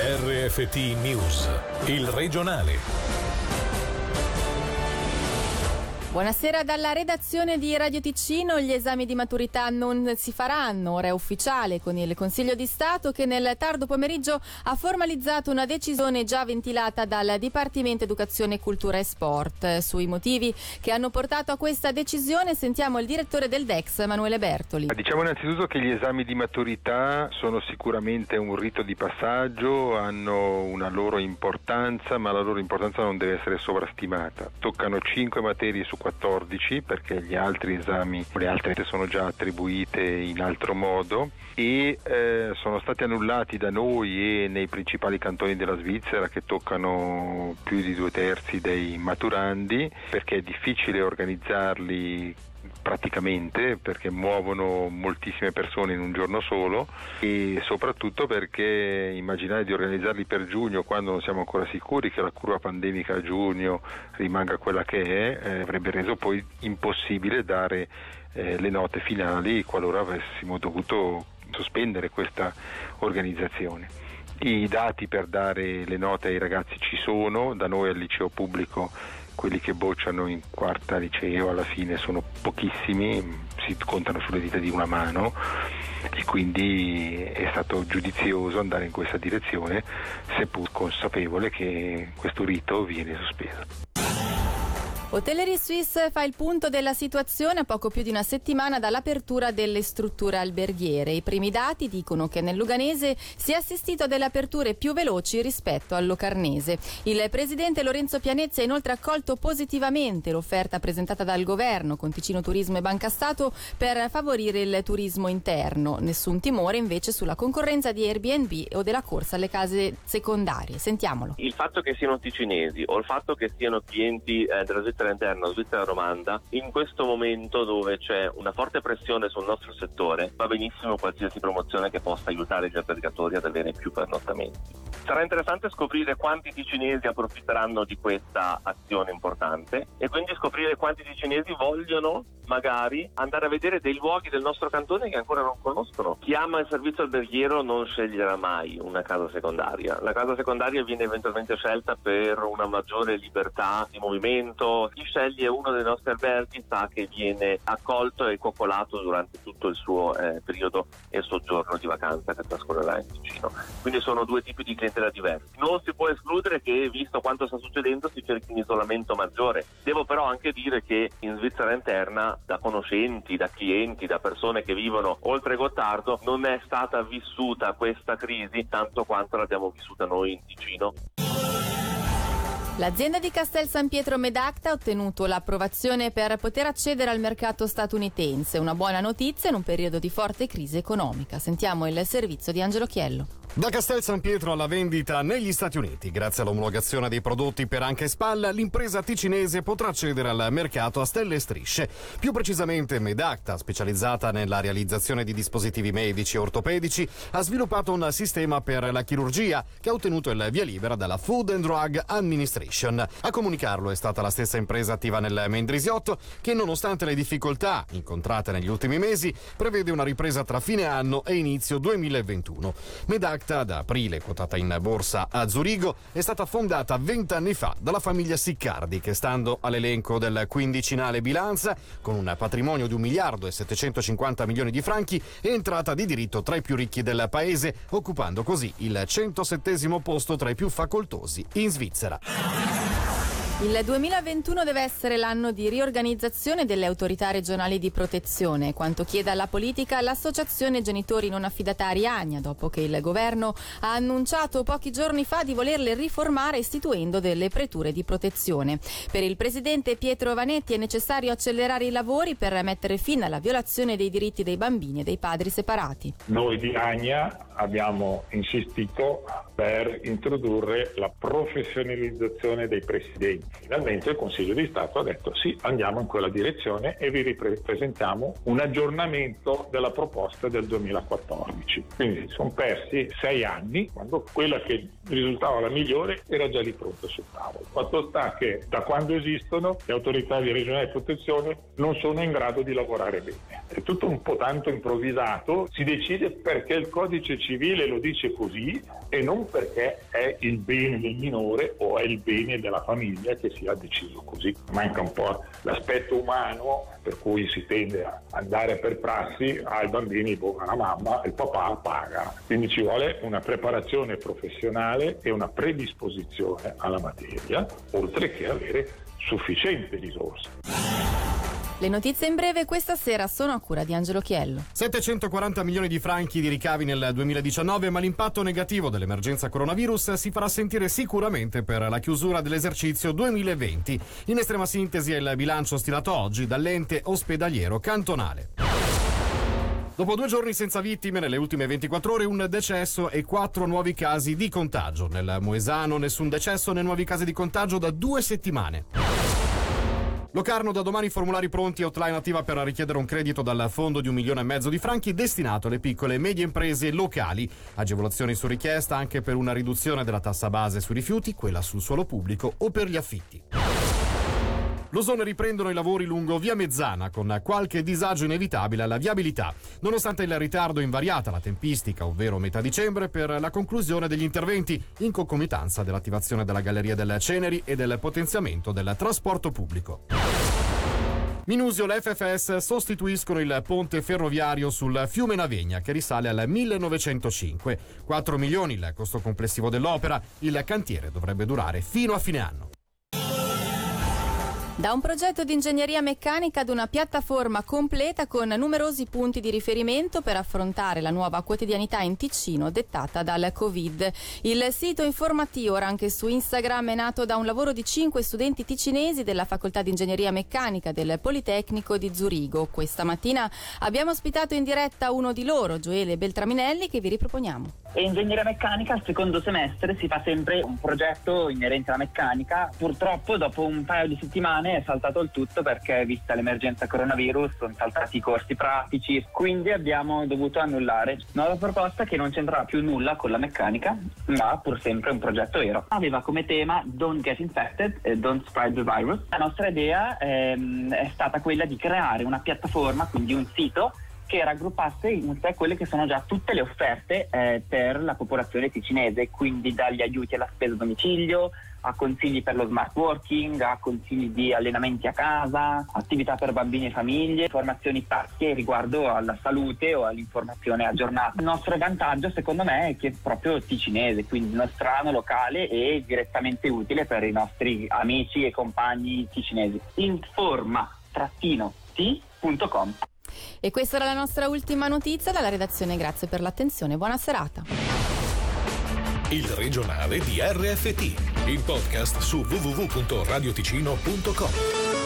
RFT News, il regionale. Buonasera dalla redazione di Radio Ticino. Gli esami di maturità non si faranno, ora è ufficiale con il Consiglio di Stato che nel tardo pomeriggio ha formalizzato una decisione già ventilata dal Dipartimento Educazione, Cultura e Sport. Sui motivi che hanno portato a questa decisione sentiamo il direttore del DEX, Emanuele Bertoli. Diciamo innanzitutto che gli esami di maturità sono sicuramente un rito di passaggio, hanno una loro importanza, ma la loro importanza non deve essere sovrastimata. Toccano 5 materie su 14 perché le altre sono già attribuite in altro modo e sono stati annullati da noi e nei principali cantoni della Svizzera, che toccano più di 2/3 dei maturandi, perché è difficile organizzarli praticamente, perché muovono moltissime persone in un giorno solo, e soprattutto perché immaginare di organizzarli per giugno, quando non siamo ancora sicuri che la curva pandemica a giugno rimanga quella che è, avrebbe reso poi impossibile dare le note finali qualora avessimo dovuto sospendere questa organizzazione. I dati per dare le note ai ragazzi ci sono, da noi al liceo pubblico quelli che bocciano in quarta liceo alla fine sono pochissimi, si contano sulle dita di una mano, e quindi è stato giudizioso andare in questa direzione, seppur consapevole che questo rito viene sospeso. Hotellerie Suisse fa il punto della situazione a poco più di una settimana dall'apertura delle strutture alberghiere. I primi dati dicono che nel Luganese si è assistito a delle aperture più veloci rispetto al Locarnese. Il presidente Lorenzo Pianezzi ha inoltre accolto positivamente l'offerta presentata dal governo con Ticino Turismo e Banca Stato per favorire il turismo interno. Nessun timore invece sulla concorrenza di Airbnb o della corsa alle case secondarie. Sentiamolo. Il fatto che siano ticinesi o il fatto che siano clienti della Svizzera interna, Svizzera romanda, in questo momento dove c'è una forte pressione sul nostro settore, va benissimo qualsiasi promozione che possa aiutare gli albergatori ad avere più pernottamenti. Sarà interessante scoprire quanti ticinesi approfitteranno di questa azione importante e quindi scoprire quanti ticinesi vogliono magari andare a vedere dei luoghi del nostro cantone che ancora non conoscono. Chi ama il servizio alberghiero non sceglierà mai una casa secondaria. La casa secondaria viene eventualmente scelta per una maggiore libertà di movimento. Chi sceglie uno dei nostri alberghi sa che viene accolto e coccolato durante tutto il suo periodo e soggiorno di vacanza che trascorrerà in Ticino. Quindi sono due tipi di clientela diversi. Non si può escludere che, visto quanto sta succedendo, si cerchi un isolamento maggiore. Devo però anche dire che in Svizzera interna, da conoscenti, da clienti, da persone che vivono oltre Gottardo, non è stata vissuta questa crisi tanto quanto l'abbiamo vissuta noi in Ticino. L'azienda di Castel San Pietro Medacta ha ottenuto l'approvazione per poter accedere al mercato statunitense. Una buona notizia in un periodo di forte crisi economica. Sentiamo il servizio di Angelo Chiello. Da Castel San Pietro alla vendita negli Stati Uniti. Grazie all'omologazione dei prodotti per anca e spalla, l'impresa ticinese potrà accedere al mercato a stelle e strisce. Più precisamente, Medacta, specializzata nella realizzazione di dispositivi medici e ortopedici, ha sviluppato un sistema per la chirurgia che ha ottenuto il via libera dalla Food and Drug Administration. A comunicarlo è stata la stessa impresa attiva nel Mendrisiotto, che nonostante le difficoltà incontrate negli ultimi mesi, prevede una ripresa tra fine anno e inizio 2021. Medacta, da aprile quotata in borsa a Zurigo, è stata fondata 20 anni fa dalla famiglia Siccardi, che stando all'elenco del quindicinale bilanza, con un patrimonio di 1 miliardo e 750 milioni di franchi, è entrata di diritto tra i più ricchi del paese, occupando così il 107° posto tra i più facoltosi in Svizzera. Il 2021 deve essere l'anno di riorganizzazione delle autorità regionali di protezione, quanto chiede alla politica l'associazione Genitori Non Affidatari AGNA, dopo che il governo ha annunciato pochi giorni fa di volerle riformare istituendo delle preture di protezione. Per il presidente Pietro Vanetti è necessario accelerare i lavori per mettere fine alla violazione dei diritti dei bambini e dei padri separati. Noi di AGNA abbiamo insistito per introdurre la professionalizzazione dei presidenti. Finalmente il Consiglio di Stato ha detto sì, andiamo in quella direzione e vi ripresentiamo un aggiornamento della proposta del 2014. Quindi sono persi 6 anni, quando quella che risultava la migliore era già lì pronta sul tavolo. Fatto sta che da quando esistono le autorità di regionale protezione non sono in grado di lavorare bene. è tutto un po' tanto improvvisato, si decide perché il codice civile lo dice così e non perché è il bene del minore o è il bene della famiglia che sia deciso così. Manca un po' l'aspetto umano, per cui si tende a andare per prassi, ai bambini la mamma, il papà paga. Quindi ci vuole una preparazione professionale e una predisposizione alla materia, oltre che avere sufficienti risorse. Le notizie in breve questa sera sono a cura di Angelo Chiello. 740 milioni di franchi di ricavi nel 2019, ma l'impatto negativo dell'emergenza coronavirus si farà sentire sicuramente per la chiusura dell'esercizio 2020. In estrema sintesi è il bilancio stilato oggi dall'ente ospedaliero cantonale. Dopo 2 giorni senza vittime, nelle ultime 24 ore un decesso e 4 nuovi casi di contagio. Nel Moesano nessun decesso né nuovi casi di contagio da 2 settimane. Locarno, da domani formulari pronti e hotline attiva per richiedere un credito dal fondo di 1,5 milioni di franchi destinato alle piccole e medie imprese locali. Agevolazioni su richiesta anche per una riduzione della tassa base sui rifiuti, quella sul suolo pubblico o per gli affitti. L'Osone riprendono i lavori lungo via Mezzana con qualche disagio inevitabile alla viabilità, nonostante il ritardo invariata la tempistica, ovvero metà dicembre, per la conclusione degli interventi in concomitanza dell'attivazione della Galleria delle Ceneri e del potenziamento del trasporto pubblico. Minusio e l'FFS sostituiscono il ponte ferroviario sul fiume Navegna che risale al 1905. 4 milioni il costo complessivo dell'opera, il cantiere dovrebbe durare fino a fine anno. Da un progetto di ingegneria meccanica ad una piattaforma completa con numerosi punti di riferimento per affrontare la nuova quotidianità in Ticino dettata dal Covid. Il sito informativo, ora anche su Instagram, è nato da un lavoro di 5 studenti ticinesi della facoltà di ingegneria meccanica del Politecnico di Zurigo. Questa mattina abbiamo ospitato in diretta uno di loro, Gioele Beltraminelli, che vi riproponiamo. E ingegneria meccanica al secondo semestre si fa sempre un progetto inerente alla meccanica. Purtroppo dopo un paio di settimane è saltato il tutto perché, vista l'emergenza coronavirus, sono saltati i corsi pratici, quindi abbiamo dovuto annullare. Nuova proposta che non c'entrava più nulla con la meccanica, ma pur sempre un progetto vero. Aveva come tema Don't Get Infected e Don't Spread the Virus. La nostra idea è stata quella di creare una piattaforma, quindi un sito che raggruppasse in sé quelle che sono già tutte le offerte per la popolazione ticinese, quindi dagli aiuti alla spesa a domicilio, a consigli per lo smart working, a consigli di allenamenti a casa, attività per bambini e famiglie, informazioni pratiche riguardo alla salute o all'informazione aggiornata. Il nostro vantaggio, secondo me, è che è proprio ticinese, quindi nostrano, locale e direttamente utile per i nostri amici e compagni ticinesi. Informa-t.com. E questa era la nostra ultima notizia dalla redazione. Grazie per l'attenzione, buona serata. Il regionale di RFT, il podcast su www.radioticino.com.